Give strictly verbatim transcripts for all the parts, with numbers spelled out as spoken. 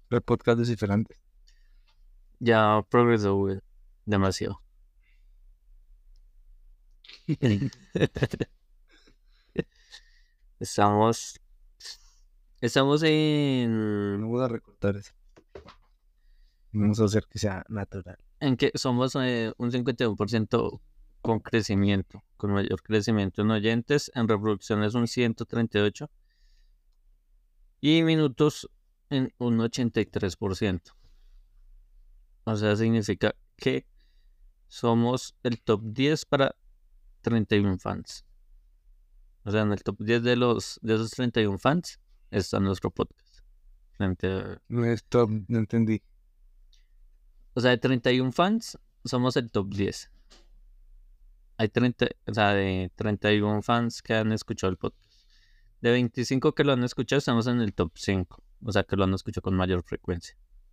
El podcast Descifrantes. Ya progresó, güey. Demasiado. Estamos. Estamos No en. voy a recortar eso. Vamos a hacer que sea natural. En que somos eh, un cincuenta y uno por ciento con crecimiento, con mayor crecimiento en oyentes, en reproducciones un ciento treinta y ocho y minutos en un ochenta y tres por ciento. O sea, significa que somos el top diez para treinta y uno fans. O sea, en el top diez de los de esos treinta y uno fans está nuestro podcast. Frente a- No es top, no entendí. O sea, de treinta y uno fans, somos el top diez. Hay treinta, o sea, de treinta y uno fans que han escuchado el podcast. De veinticinco que lo han escuchado, estamos en el top cinco. O sea, que lo han escuchado con mayor frecuencia.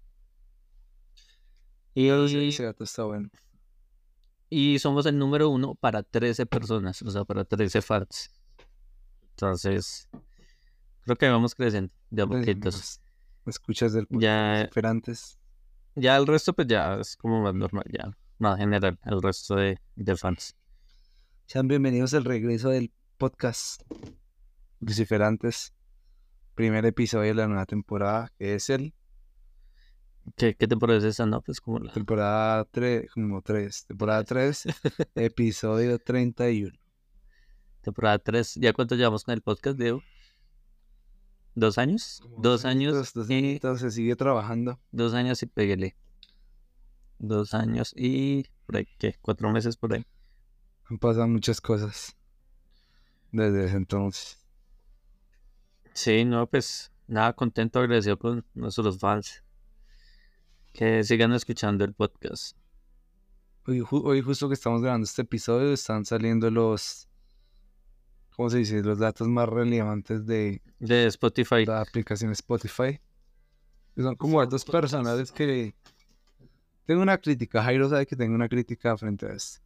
Y, Ese dato está bueno. y somos el número uno para trece personas, o sea, para trece fans. Entonces, creo que vamos creciendo de a poquitos. Escuchas del podcast Ya, Descifrantes. ya el resto, pues ya es como más normal, ya más general, el resto de, de fans. Sean bienvenidos al regreso del podcast Descifrantes. Primer episodio de la nueva temporada, que es el ¿Qué, qué te parece esa, no? Pues como la... temporada tres, como tres. Temporada tres, episodio treinta y uno. Temporada tres. ¿Ya cuánto llevamos con el podcast, Diego? ¿Dos años? Como Dos años añitos, dos y... añitos, se sigue trabajando. Dos años y peguele. Dos años y... ¿Por ahí qué? ¿Cuatro meses por ahí? Han pasado muchas cosas desde ese entonces. Sí, no, pues... Nada, contento, agradecido con nuestros fans. Que sigan escuchando el podcast. Hoy, ju- hoy justo que estamos grabando este episodio están saliendo los, ¿cómo se dice? Los datos más relevantes de De Spotify. la aplicación Spotify. Que son como datos personales que... Tengo una crítica, Jairo sabe que tengo una crítica frente a esto.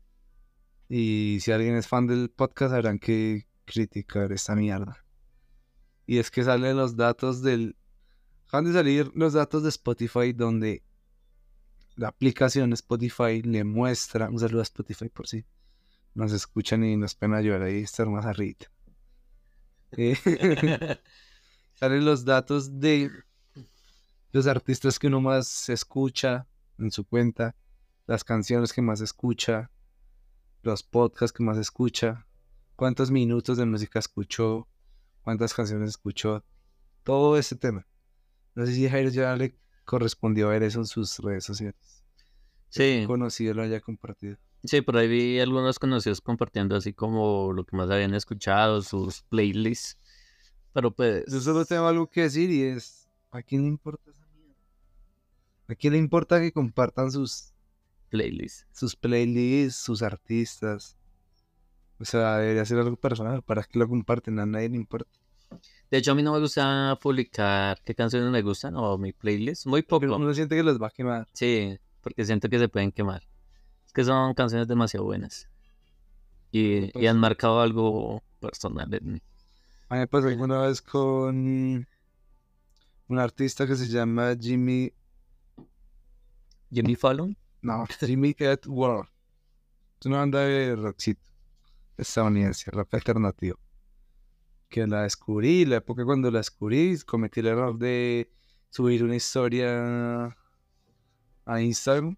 Y si alguien es fan del podcast sabrán que criticar esta mierda. Y es que salen los datos del... Acaban de salir los datos de Spotify donde la aplicación Spotify le muestra... Un saludo a Spotify por si nos escuchan y nos pena llorar ahí, estar más arriba. Eh, salen los datos de los artistas que uno más escucha en su cuenta, las canciones que más escucha, los podcasts que más escucha, cuántos minutos de música escuchó, cuántas canciones escuchó, todo ese tema. No sé si Jairo ya le correspondió ver eso en sus redes sociales. Sí, Conocido lo haya compartido. sí, por ahí vi algunos conocidos compartiendo así como lo que más habían escuchado, sus playlists. Pero pues... Yo solo tengo algo que decir y es, ¿a quién le importa esa mierda? ¿A quién le importa que compartan sus, Playlists. sus playlists, sus artistas? O sea, debería ser algo personal. ¿Para qué lo comparten? A nadie le importa. De hecho, a mí no me gusta publicar qué canciones me gustan o mi playlist. Muy poco. Pero uno siente que los va a quemar. Sí, porque siento que se pueden quemar. Es que son canciones demasiado buenas. Y, y han marcado algo personal en mí. A mí me pasó alguna vez con un artista que se llama Jimmy... ¿Jimmy Fallon? No, Jimmy Eat World. Es una banda de rockcito estadounidense, rock alternativo. Que la descubrí, la época cuando la descubrí, cometí el error de subir una historia a Instagram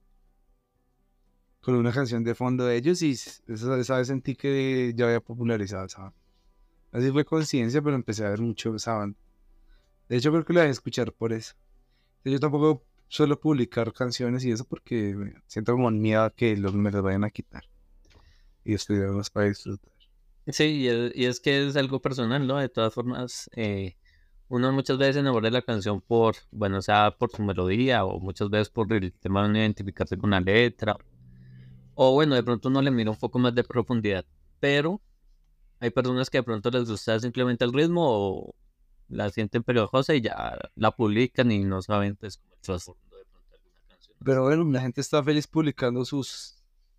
con una canción de fondo de ellos y esa, esa vez sentí que ya había popularizado esa banda. Así fue conciencia, pero empecé a ver mucho esa banda. De hecho, creo que la dejé escuchar por eso. Yo tampoco suelo publicar canciones y eso porque me siento como miedo a que los, me las vayan a quitar. Y estoy más para disfrutar. Sí, y es, y es que es algo personal, ¿no? De todas formas, eh, uno muchas veces se enamora de la canción por, bueno, sea por su melodía o muchas veces por el tema de identificarse con la letra. O bueno, de pronto uno le mira un poco más de profundidad. Pero hay personas que de pronto les gusta simplemente el ritmo o la sienten pegajosa y ya la publican y no saben pues cómo el trasfondo de pronto alguna canción. Pero bueno, la gente está feliz publicando sus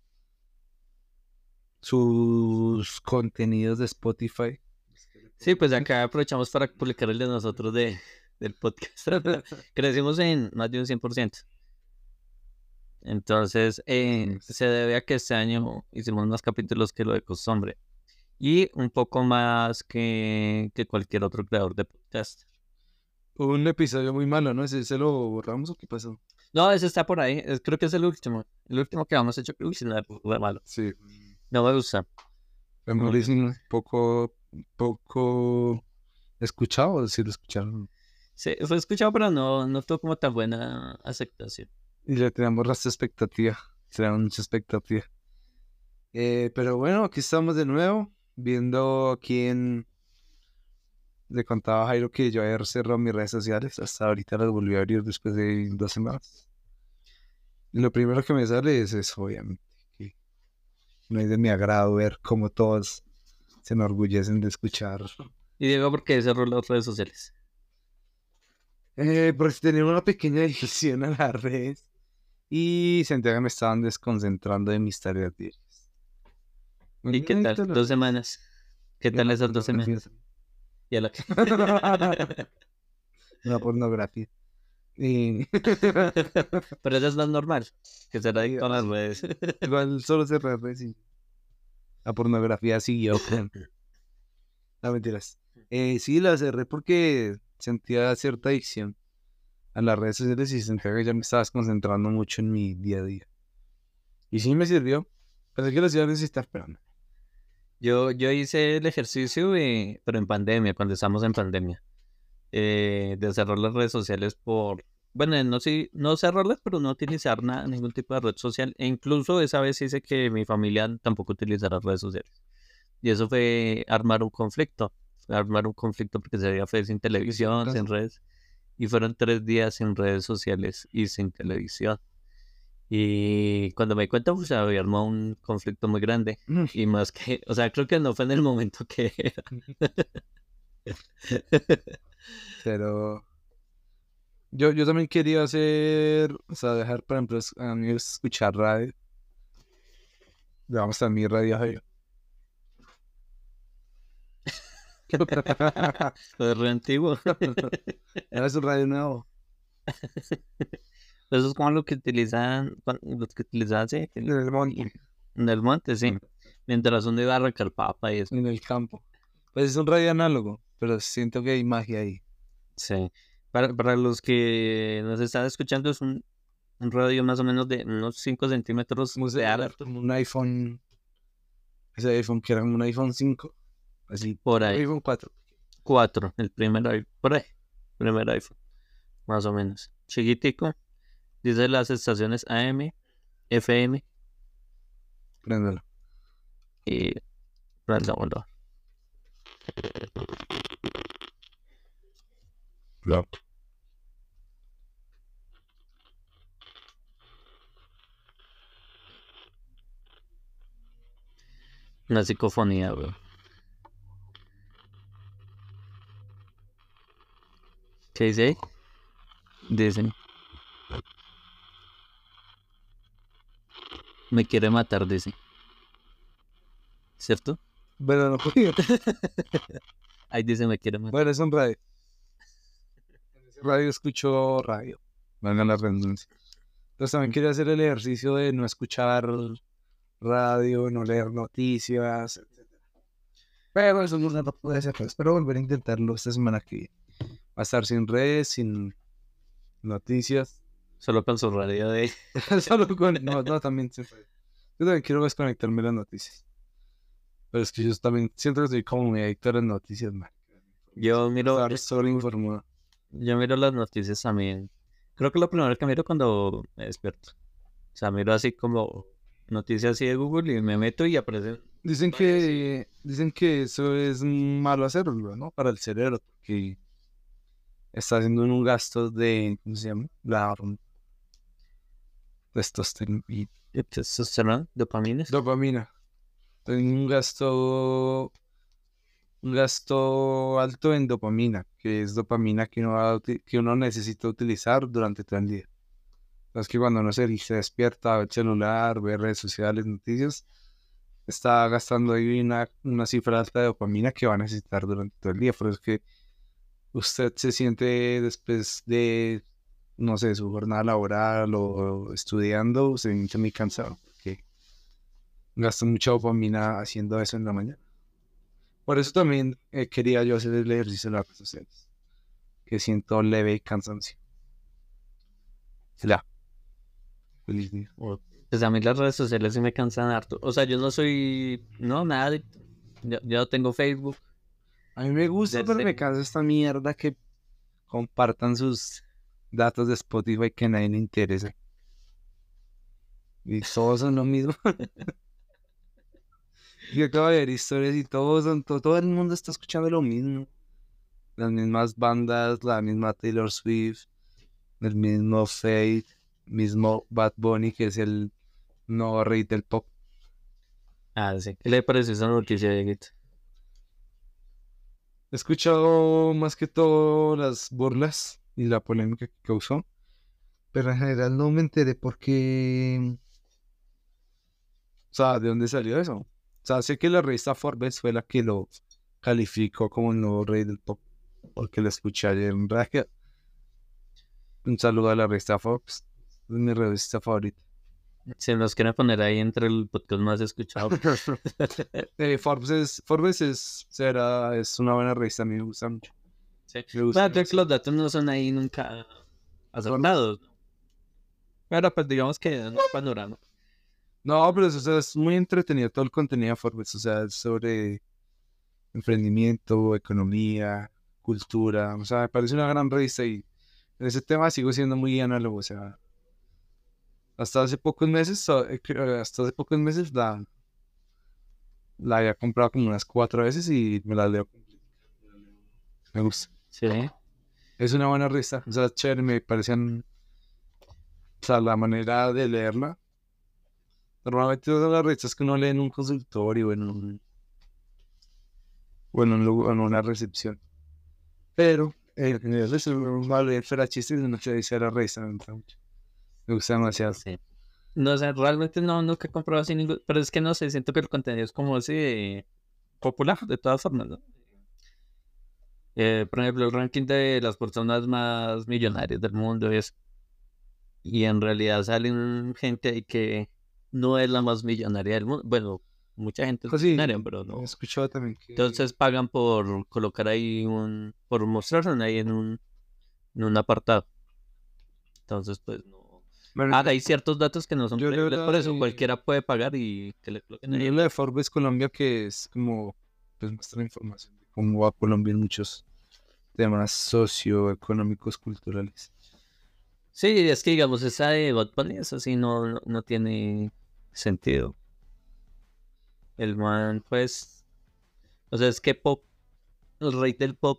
sus contenidos de Spotify. Sí, pues acá aprovechamos para publicar el de nosotros de, del podcast. Crecimos en más de un cien por ciento. Entonces, eh, se debe a que este año hicimos más capítulos que lo de costumbre. Y un poco más que, que cualquier otro creador de podcast. Un episodio muy malo, ¿no? ¿Ese, ese lo borramos o qué pasó? No, ese está por ahí. Es- creo que es el último. El último que hemos hecho. Uy, sí, no, fue malo. Sí. No me gusta. Fue malísimo, poco, poco escuchado, sí lo escucharon. Sí, fue escuchado, pero no, no tuvo como tan buena aceptación. Y le tenemos rasta expectativa, tenemos mucha expectativa. Eh, pero bueno, aquí estamos de nuevo, viendo quién le contaba a Jairo que yo había cerrado mis redes sociales, hasta ahorita las volví a abrir después de dos semanas. Y lo primero que me sale es eso, obviamente, que no es de mi agrado ver cómo todos se enorgullecen de escuchar. Y Diego, ¿por qué cerró las redes sociales? Eh, porque tenía una pequeña adicción a las redes y sentía que me estaban desconcentrando de mis tareas diarias. ¿Y qué tal? Dos semanas. ¿Qué tal esas dos semanas? Y a la que... La pornografía. Y... Pero eso es lo normal, que será adicto a las redes. Igual solo se redes y la pornografía siguió. No, mentiras. Eh, sí, la cerré porque sentía cierta adicción a las redes sociales y sentía que ya me estabas concentrando mucho en mi día a día. Y sí me sirvió. Pensé que lo hacía necesitar, pero no. Yo, yo hice el ejercicio, de, pero en pandemia, cuando estábamos en pandemia, eh, de cerrar las redes sociales por... Bueno, no, sí, no cerrarlas, pero no utilizar nada, ningún tipo de red social. E incluso esa vez hice que mi familia tampoco utilizara redes sociales. Y eso fue armar un conflicto. Armar un conflicto porque se veía fe sin televisión, sin redes. Y fueron tres días sin redes sociales y sin televisión. Y cuando me di cuenta, pues había armado un conflicto muy grande. Mm. Y más que, o sea, creo que no fue en el momento que era. Pero yo, yo también quería hacer, o sea, dejar, por ejemplo, es- a mí escuchar radio. Vamos a mi radio. Jairo. Fue re antiguo. Era su radio nuevo. Eso es como lo que utilizan, cuan- los que utilizan, sí, En el monte, en el monte, sí. Mientras uno iba a arrancar papa y eso. en el campo. Pues es un radio análogo, pero siento que hay magia ahí. Sí. Para, para los que nos están escuchando, es un, un radio más o menos de unos cinco centímetros Como, de se- área. como un iPhone, ese iPhone que era como un iPhone cinco, así, Por ahí. iPhone cuatro. Cuatro, el primer iPhone. Por ahí. Primer iPhone. Más o menos. Chiquitico. Dice las estaciones A M, F M Préndelo. y prendámoslo. Claro. Una psicofonía, bro. ¿Qué dice ahí? Dicen. Me quiere matar, dice. ¿Cierto? Bueno, no podía. Ahí dice me quiere matar. Bueno, es un radio. En ese radio escucho radio. Valga la redundancia. Entonces también quería hacer el ejercicio de no escuchar radio, no leer noticias, etcétera. Pero eso no lo pude hacer. Espero volver a intentarlo esta semana que viene. Va a estar sin redes, sin noticias. Solo con su radio de... Solo con... No, no, también sin redes. Yo también quiero desconectarme de las noticias. Pero es que yo también siento que soy como muy adicto a las noticias, man. Yo miro... Estar solo informado. Yo miro las noticias también. Creo que lo primero que miro cuando me despierto. O sea, miro así como noticias así de Google y me meto y aparecen... Dicen que, dicen que eso es malo hacerlo, ¿no? Para el cerebro, porque está haciendo un gasto de, ¿cómo se llama? La testosterona y testosterona, dopamina. dopamina. Tiene un gasto, un gasto alto en dopamina, que es dopamina que uno, va a uti- que uno necesita utilizar durante todo el día. Es que cuando uno se, se despierta, ve el celular, ve redes sociales, noticias, está gastando ahí una, una cifra alta de dopamina que va a necesitar durante todo el día. Por eso es que ¿Usted se siente después de, no sé, su jornada laboral o estudiando, se siente muy cansado? Porque gasta mucha dopamina haciendo eso en la mañana. Por eso también eh, quería yo hacer el ejercicio en las redes sociales, que siento leve cansancio. Ya. Feliz día. O- Pues a mí las redes sociales sí me cansan harto. O sea, yo no soy, no, nada adicto. Yo, yo no tengo Facebook. A mí me gusta, pero me Desde, cansa esta mierda que compartan sus datos de Spotify que a nadie le interesa. Y todos son lo mismo. Yo acabo de ver historias y todos son, to- todo el mundo está escuchando lo mismo. Las mismas bandas, la misma Taylor Swift, el mismo Fate, mismo Bad Bunny, que es el nuevo rey del pop. ah, sí. ¿Qué le pareció esa noticia, Dieguito? He escuchado más que todo las burlas y la polémica que causó, pero en general no me enteré por qué, o sea, de dónde salió eso. O sea, sé que la revista Forbes fue la que lo calificó como el nuevo rey del pop, porque lo escuché ayer en radio. Un saludo a la revista Forbes, es mi revista favorita. Se nos quiere poner ahí entre el podcast más escuchado. Eh, Forbes es, Forbes es, será, es una buena revista, a mí me gusta mucho. Sí. Me gusta Bueno, creo mucho. que los datos no son ahí nunca acertados, ¿no? Pero pues digamos que es un panorama. No, pero eso, o sea, es muy entretenido todo el contenido de Forbes, o sea, es sobre emprendimiento, economía, cultura, o sea, me parece una gran revista y en ese tema sigo siendo muy análogo, o sea, hasta hace pocos meses, so- eh, cre- hasta hace pocos meses la, la había comprado como unas cuatro veces y me la leo. Me gusta. Sí. Es una buena revista, o sea, chévere, me parecían, o sea, la manera de leerla. Normalmente son las revistas que uno lee en un consultorio o en un, o en un lugar- en una recepción. Pero eh, eso es normal leer fuera chistes de noche dice la revista, me gusta mucho. Me gusta demasiado. Sí. No sé, realmente no, nunca he comprado así ningún, pero es que no sé, siento que el contenido es como así de popular, de todas formas, ¿no? Eh, por ejemplo, el ranking de las personas más millonarias del mundo es, y en realidad salen gente ahí que no es la más millonaria del mundo. Bueno, mucha gente es Pues sí, millonaria, pero he no. escuchado también que... Entonces pagan por colocar ahí un, por mostrarse ahí en un, en un apartado. Entonces, pues no. Bueno, Ah, hay ciertos datos que no son yo leo creíbles, la por eso de, cualquiera puede pagar y que le coloquen yo ahí. leo la de Forbes Colombia que es como, pues muestra información de cómo va Colombia en muchos temas socioeconómicos, culturales. Sí, es que digamos, esa de Bad Bunny, eso sí no, no, no tiene sentido. El man, pues, o sea, es que pop, el rey del pop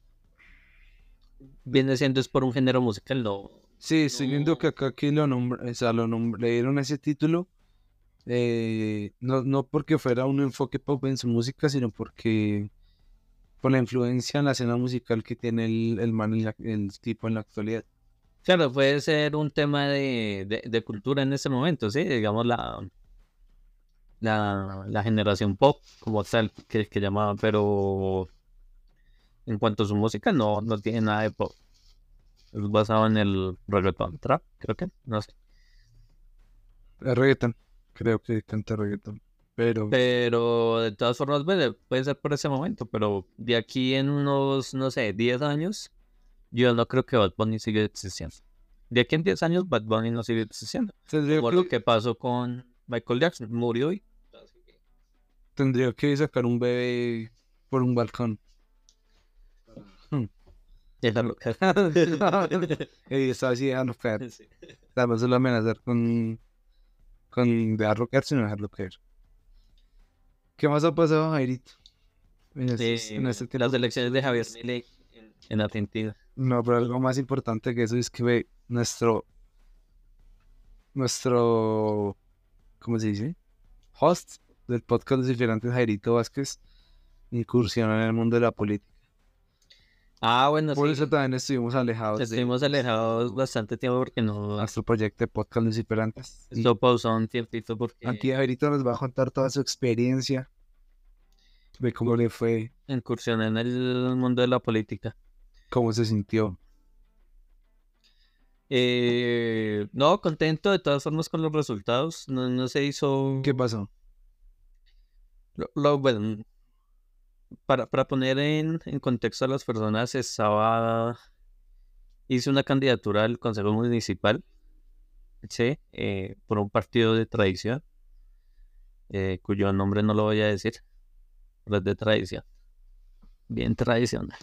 viene siendo es por un género musical, no. Sí, estoy viendo que No. acá que lo nombra, o sea, lo nombr- le dieron ese título, eh, no, no porque fuera un enfoque pop en su música, sino porque por la influencia en la escena musical que tiene el, el man, en la- el tipo en la actualidad. Claro, puede ser un tema de, de, de cultura en ese momento, sí, digamos la, la, la generación pop como tal que, que llamaban, pero en cuanto a su música no, no tiene nada de pop. Es basado en el reggaeton trap, creo que, no sé. Es reggaetón, creo que canta reggaetón, pero Pero de todas formas, puede, puede ser por ese momento, pero de aquí en unos, no sé, diez años, yo no creo que Bad Bunny siga existiendo. De aquí en diez años, Bad Bunny no sigue existiendo. tendría Como lo que, que pasó con Michael Jackson, murió y... tendría que sacar un bebé por un balcón. Hmm. Dejarlo caer. Y estaba así dejando caer. Sí. O sea, no solo amenazar con, con dejarlo caer, sino dejarlo caer. ¿Qué más ha pasado, Jairito? En estos- en Eh, este tiempo? las elecciones de Javier Milei en, en Argentina. No, pero algo más importante que eso es que ve nuestro, nuestro, ¿cómo se dice? Host del podcast Los Diferentes, Jairito Vázquez, incursionó en el mundo de la política. Ah, bueno, Por sí. eso también estuvimos alejados de Estuvimos alejados bastante tiempo porque no... nuestro proyecto de podcast Los Diferentes. Y Esto pausó un tiempito porque aquí Jairito nos va a contar toda su experiencia de cómo le fue. incursioné en el mundo de la política. ¿Cómo se sintió? Eh, no, contento de todas formas con los resultados. No, no se hizo. ¿Qué pasó? Lo, lo- bueno, para, para poner en, en contexto a las personas, estaba. Hice una candidatura al Consejo Municipal, ¿sí? Eh, por un partido de tradición, eh, cuyo nombre no lo voy a decir, pero es de tradición. Bien tradicional.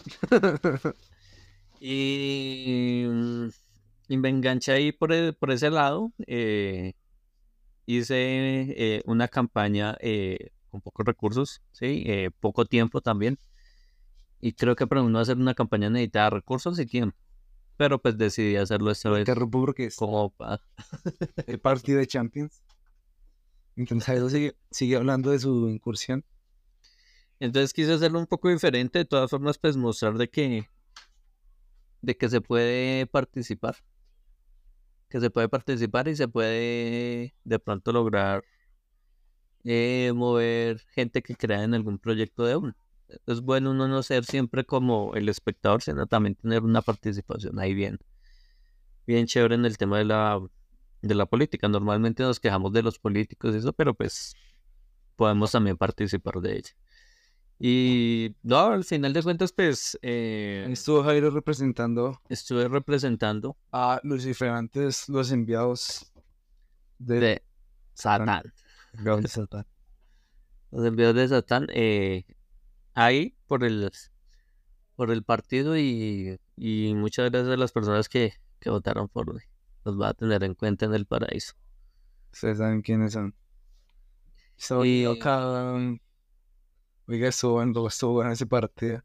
Y, mm, y me enganché ahí por, e- por ese lado. eh, hice eh, una campaña eh, con pocos recursos, ¿sí? Eh, poco tiempo también. Y creo que para uno hacer una campaña necesita recursos y tiempo. Pero pues decidí hacerlo esta vez Interrumpo porque es como pa- el partido de Champions. Entonces Jairo sigue, sigue hablando de su incursión. Entonces quise hacerlo un poco diferente. De todas formas, pues mostrar de que, de que se puede participar. Que se puede participar y se puede de pronto lograr eh, mover gente que crea en algún proyecto de uno. Es bueno uno no ser siempre como el espectador, sino también tener una participación ahí bien, bien chévere en el tema de la, de la política. Normalmente nos quejamos de los políticos y eso, pero pues podemos también participar de ella. Y no, al final de cuentas, pues eh, Ahí estuvo Jairo representando estuve representando a Lucifer antes, los enviados de de Satán, enviados de Satán. los enviados de Satán, eh, ahí por el, por el partido y, y muchas gracias a las personas que, que votaron por mí. Los va a tener en cuenta en el paraíso. Ustedes saben quiénes son. Estaba Y acá. Oiga, estuvo bueno, estuvo bueno ese partido.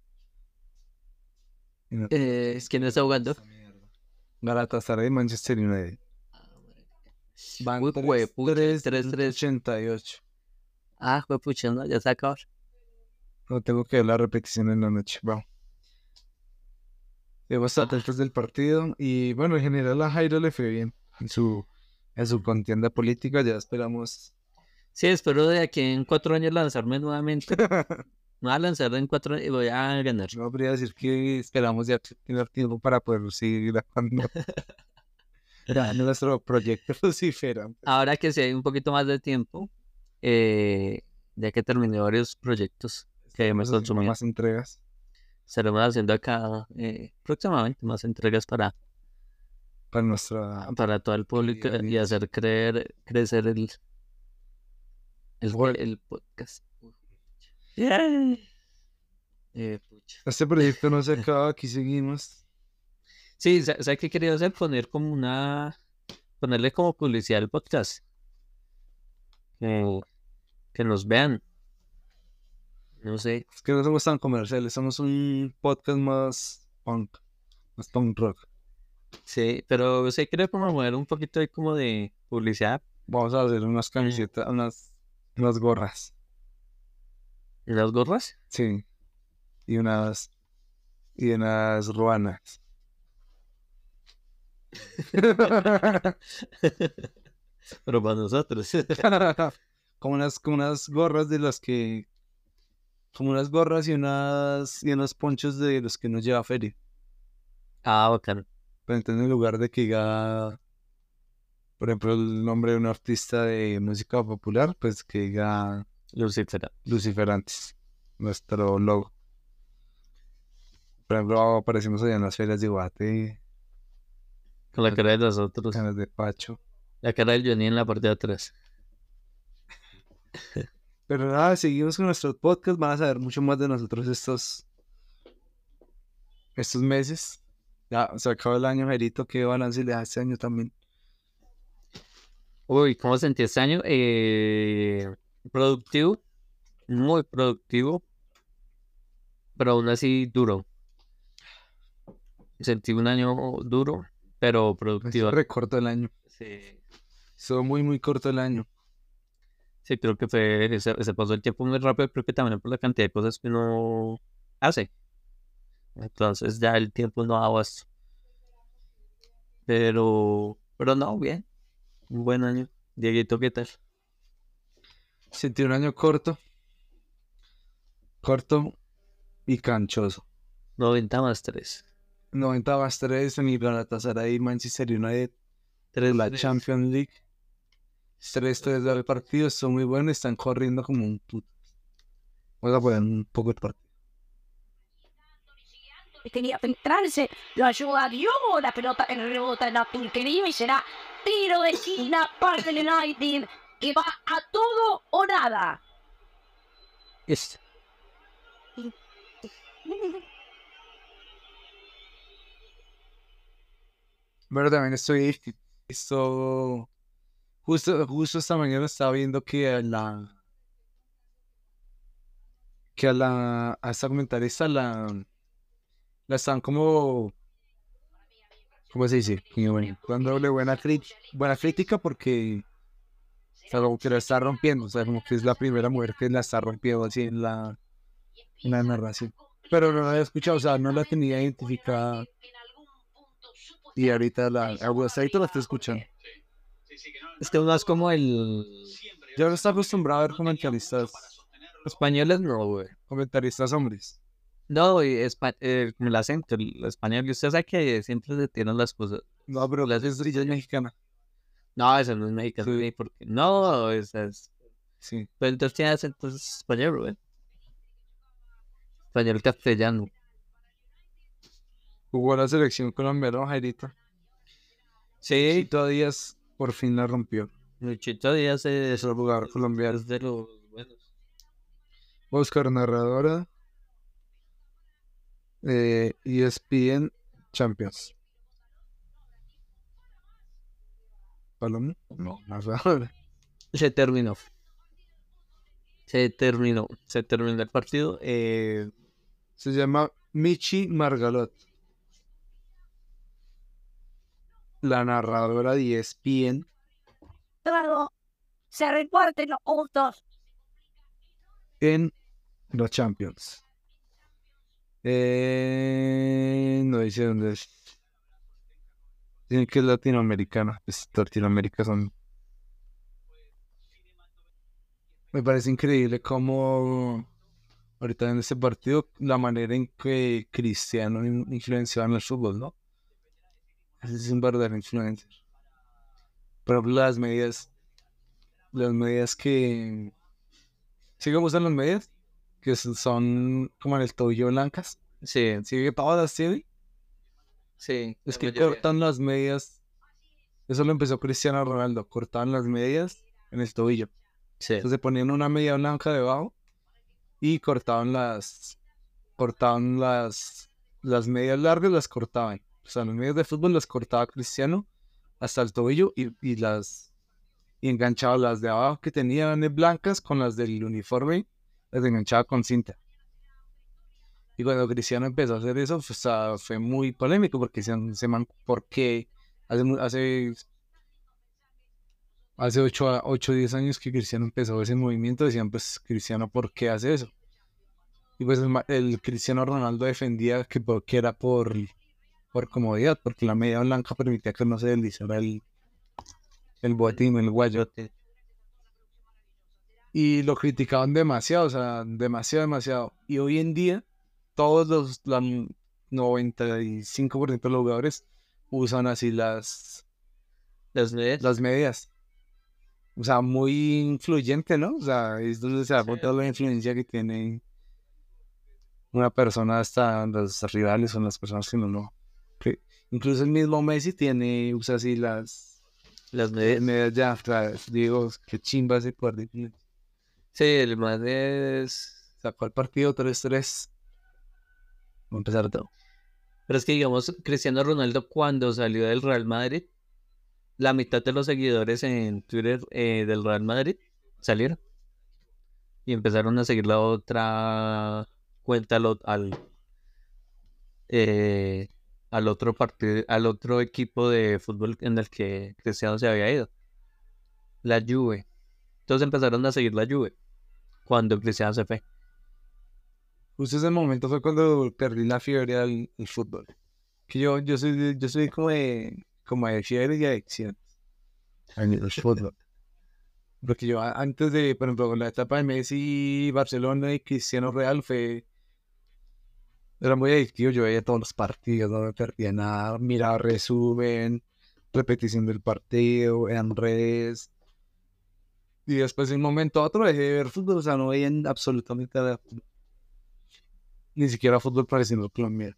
Y no- eh, ¿quién está jugando? Galatasaray y Manchester United. Van Uy, juepucha, tres tres tres. ochenta y ocho. Ah, juepucha, no, ya se acabó. No tengo que ver la repetición en la noche. Vamos. Llevo hasta atentos del partido. Y bueno, en general a Jairo le fue bien en su, en su contienda política. Ya esperamos. Sí, espero de aquí en cuatro años lanzarme nuevamente. Me voy a lanzar en cuatro años y voy a ganar. No habría decir que esperamos ya tener tiempo para poder seguir grabando. Ya, nuestro proyecto Lucifer. Ahora que sí hay un poquito más de tiempo, eh, ya que terminé varios proyectos que me Estamos haciendo consumían, más entregas. estaremos haciendo acá eh, próximamente más entregas para, Para nuestra. para todo el público querida y hacer creer, crecer el, el, Bueno. el podcast. Yeah. Eh, pucha. Este proyecto no se acaba, aquí seguimos. Sí, sa- ¿sabes qué quería hacer? Poner como una, ponerle como publicidad al podcast. Que, que nos vean. No sé. Es que no somos tan comerciales, somos un podcast más punk, más punk rock. Sí, pero sí quiero promover un poquito ahí como de publicidad. Vamos a hacer unas camisetas, unas, unas gorras, ¿Y las gorras? sí, y unas, y unas ruanas. Pero para nosotros. como unas, como unas gorras de las que, como unas gorras y unas, y unos ponchos de los que nos lleva a feria. Ah, bacán. Pero entonces en lugar de que diga, por ejemplo, el nombre de un artista de música popular, pues que diga Lucifer. Lucifer antes, nuestro logo. Por ejemplo, aparecimos allá en las ferias de Guate, Con la cara de nosotros. en las de Pacho. La cara del Johnny en la parte de atrás. Pero nada, seguimos con nuestro podcast, van a saber mucho más de nosotros estos, estos meses. Ya se acaba el año, Jerito, ¿qué balance le da este año también? Uy, ¿cómo sentí este año? Eh, productivo. Muy productivo. Pero aún así duro. Sentí un año duro, pero productivo. Re corto el año. Sí. Estuvo muy, muy corto el año. Sí, creo que fue, se, se pasó el tiempo muy rápido, creo que también por la cantidad de cosas que uno hace. Entonces ya el tiempo no da abasto. Pero, pero no, bien. Un buen año. Dieguito, ¿qué tal? Sentí un año corto. Corto y canchoso. noventa más tres. noventa más tres en el Galatasaray Manchester United. tres la Champions League. tres tres del partido, son muy buenos, están corriendo como un puto. Vamos a poner un poco de partido. Quería filtrarse, lo ayuda Dios, la pelota que rebota en la porquería y será tiro de esquina para el United, que va a todo o nada. Es. Pero también estoy esto justo, justo esta mañana estaba viendo que a la que a la a esta comentarista la la están como ¿cómo se dice? Dándole buena crítica, buena crítica porque o sea, como que la está rompiendo, o sea, como que es la primera mujer que la está rompiendo así en la en la narración. Pero no la había escuchado, o sea, no la tenía identificada. Y ahorita la, hasta ahorita la estoy escuchando. Es que uno es como el... Yo no estoy acostumbrado a ver comentaristas Españoles no, güey. comentaristas hombres. No, y espa- eh, como el acento, el español. Y usted sabe que siempre se tienen las cosas. No, pero Las- es ella es mexicana. No, esa no es mexicana. Sí. Sí, porque... No, esa es... Sí. Pero entonces tiene acento español, güey. Español castellano. Jugó la selección colombiana, Jairita. Sí, Y todavía es- por fin la rompió. Luchito Díaz es, Es el jugador colombiano. es de los buenos. Oscar narradora. Eh, E S P N Champions. ¿Paloma? No, narradora. Se terminó. Se terminó. Se terminó el partido. Eh, Se llama Michi Margalot. La narradora de E S P N. Luego se reparten los puntos. En los Champions. Eh, no dice dónde es. Dicen que es latinoamericana. Pues Latinoamérica son. Me parece increíble cómo ahorita en este partido la manera en que Cristiano in- influenció en el fútbol, ¿no? Ese es un verdadero influencer. Pero las medidas, las medidas que ¿sí que usan las medidas? Que son- son como en el tobillo blancas. sí, ¿Sí que todas las tiene? sí. Es la que mayoría. cortan las medias. Eso lo empezó Cristiano Ronaldo. Cortaban las medias en el tobillo. Sí. Entonces ponían una media blanca debajo y cortaban las. Cortaban las. Las medias largas las cortaban. O sea, las medias de fútbol las cortaba Cristiano hasta el tobillo y, y las. Y enganchaba las de abajo que tenían blancas con las del uniforme. Las enganchaba con cinta. Y cuando Cristiano empezó a hacer eso, pues, o sea, fue muy polémico porque se, se man, porque hace, mu- hace, hace ocho o diez años que Cristiano empezó ese movimiento, decían, pues, Cristiano, ¿por qué hace eso? Y pues el, ma- el Cristiano Ronaldo defendía que, por- que era por, por comodidad, porque la media blanca permitía que no se deslizara el, el botín, el guayo. Y lo criticaban demasiado, o sea, demasiado, demasiado. Y hoy en día, todos los, la noventa y cinco por ciento de los jugadores usan así las, Las medias. las medias. O sea, muy influyente, ¿no? O sea, es donde se da cuenta la influencia que tiene una persona hasta los rivales o las personas que no lo... que- incluso el mismo Messi tiene, usa así las Las medias. medias ya, o sea, digo, qué chimba ese poder. Sí, el más es... Sacó el partido tres tres. Va a empezar todo. Pero es que, digamos, Cristiano Ronaldo cuando salió del Real Madrid, la mitad de los seguidores en Twitter eh, del Real Madrid salieron. Y empezaron a seguir la otra cuenta al, ot- al, eh, al otro partido, al otro equipo de fútbol en el que Cristiano se había ido. La Juve. Entonces empezaron a seguir la Juve cuando Cristiano se fue. Justo ese momento fue cuando perdí la fiebre al, al fútbol. Que yo, yo soy, de- yo soy como de, como de fiebre y adicción al fútbol. Porque yo a- antes de, por ejemplo, la etapa de Messi, Barcelona y Cristiano Real fue, Era muy adictivo, yo veía todos los partidos, no me perdía nada, miraba resumen, repetición del partido, en redes. Y después de un momento a otro dejé de ver fútbol, o sea, no veía absolutamente nada de fútbol. Ni siquiera fútbol pareciendo colombiano.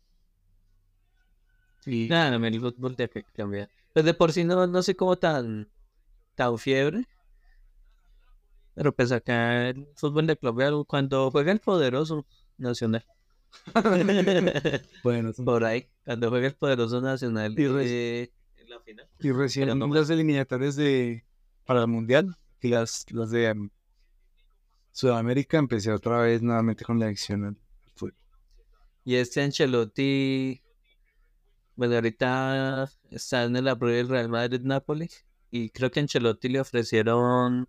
Y Nada, no, el fútbol tiene que cambiar. Pues de por sí no, no soy como tan, tan fiebre. Pero pues acá el fútbol de Colombia, cuando juega el poderoso Nacional. bueno, son- Por ahí, cuando juega el poderoso Nacional Y re- eh, en la final. y recién Pero no las eliminatorias de para el mundial, y las, las de em, Sudamérica, empecé otra vez nuevamente con la adicción al fútbol. Y este Ancelotti, bueno, ahorita está en el apoyo del Real Madrid-Napoli. Y creo que a Ancelotti le ofrecieron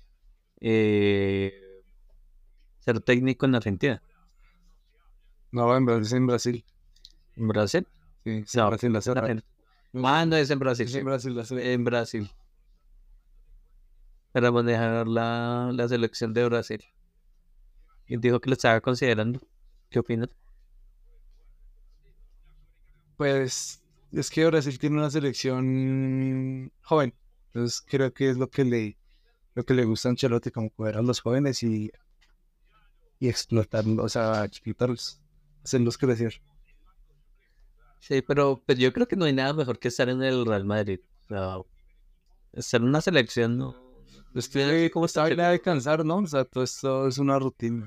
eh, ser técnico en Argentina. No, en Brasil, en Brasil. ¿En Brasil? Sí, sí, No, en Brasil, la en zona. Argentina. Ah, no, es en Brasil. Sí, en Brasil, la zona. En Brasil. Para manejar la, la selección de Brasil. Y dijo que lo estaba considerando. ¿Qué opinas? Pues es que Brasil tiene una selección joven, entonces creo que es lo que le, lo que le gusta a Ancelotti, como coger a los jóvenes y, y explotarlos, o sea, explotarlos, hacerlos crecer. Sí, pero pues yo creo que no hay nada mejor que estar en el Real Madrid. O sea, estar en una selección, no. Es Mira aquí que cómo esta está vaina de Ancelotti. cansar, ¿no? O sea, todo esto es una rutina.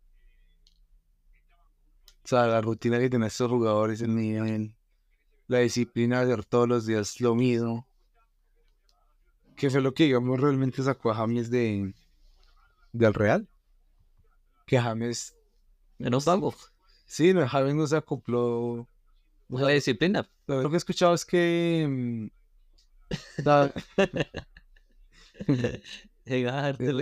O sea, la rutina que tienen estos jugadores, el nivel, la disciplina de hacer todos los días lo mismo. Que fue lo que, digamos, realmente sacó a James de, del Real. Que James, Era un vago. sí, no, James no se acopló. La disciplina. Lo que he escuchado es que mm, la- Llegar, yo no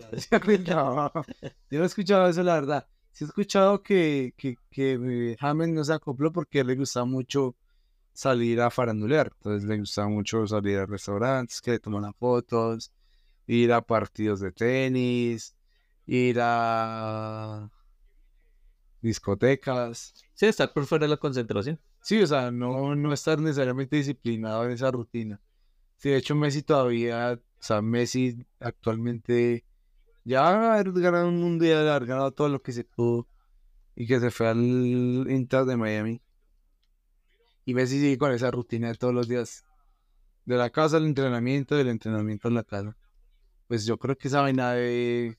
he escuchado eso, la verdad. Sí he escuchado que, que, que eh, James no se acopló porque le gustaba mucho salir a farandulear. Entonces le gustaba mucho salir a restaurantes, que le toman fotos, ir a partidos de tenis, ir a discotecas. Sí, estar por fuera de la concentración. Sí, o sea, no, no estar necesariamente disciplinado en esa rutina. Sí, de hecho Messi todavía, o sea, Messi actualmente ya ha ganado un mundial, ha ganado todo lo que se pudo y que se fue al Inter de Miami. Y Messi sigue con esa rutina de todos los días, de la casa al entrenamiento, del entrenamiento a la casa. Pues yo creo que esa vaina de,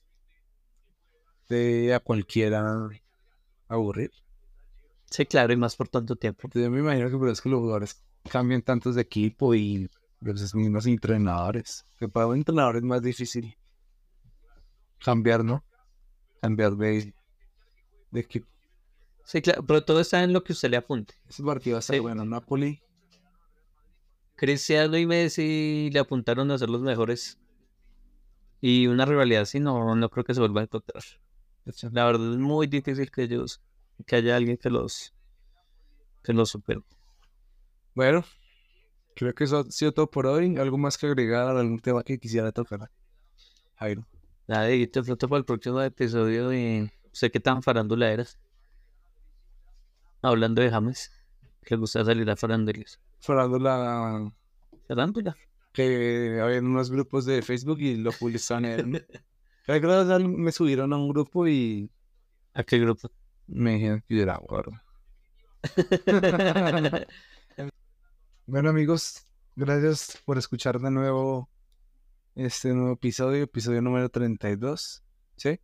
de a cualquiera aburrir. Sí, claro, y más por tanto tiempo. Entonces yo me imagino que por eso es que los jugadores cambian tantos de equipo y los mismos entrenadores. Que para un entrenador es más difícil cambiar, ¿no? Cambiar de, de equipo. Sí, claro, pero todo está en lo que usted le apunte. Ese partido va a ser Sí. bueno. Napoli, Cristiano y Messi le apuntaron a ser los mejores. Y una rivalidad así no, no creo que se vuelva a encontrar. La verdad es muy difícil que ellos, que haya alguien que los, que los supere. bueno, creo que eso ha sido todo por hoy. ¿Algo más que agregar? ¿Algún tema que quisiera tocar? Jairo. Nada, Dieguito, pronto para el próximo episodio de sé qué tan farándula eras. Hablando de James, que le gusta salir a farándulas. Hablando la Farándula. que había unos grupos de Facebook y lo publicaron en... Creo que la verdad me subieron a un grupo y ¿A qué grupo? me dijeron que yo era gordo. Bueno, amigos, gracias por escuchar de nuevo este nuevo episodio, episodio número treinta y dos. ¿Sí?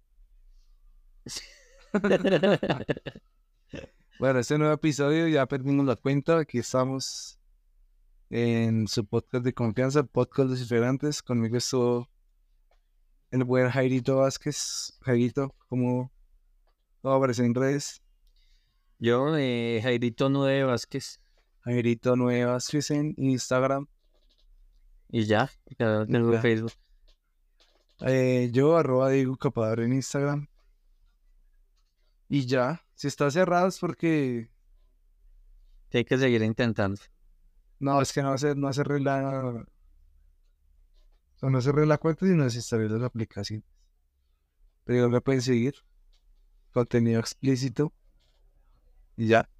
Bueno, este nuevo episodio ya perdimos la cuenta. Aquí estamos en su podcast de confianza, Podcast Los Diferentes. Conmigo estuvo el buen Jairito Vázquez. Jairito, ¿cómo va a aparecer en redes? Yo, eh, Jairito nueve Vázquez. Jairito Nueve Vázquez en Instagram. Y ya, ya tengo Ya. Facebook. Eh, yo, arroba Diego Capador en Instagram. Y ya, si está cerrado es porque... Que hay que seguir intentando. No, es que no hace, no cerré la... No cerré la cuenta y no desinstalé las aplicaciones. Pero igual me pueden seguir. Contenido explícito. y ya.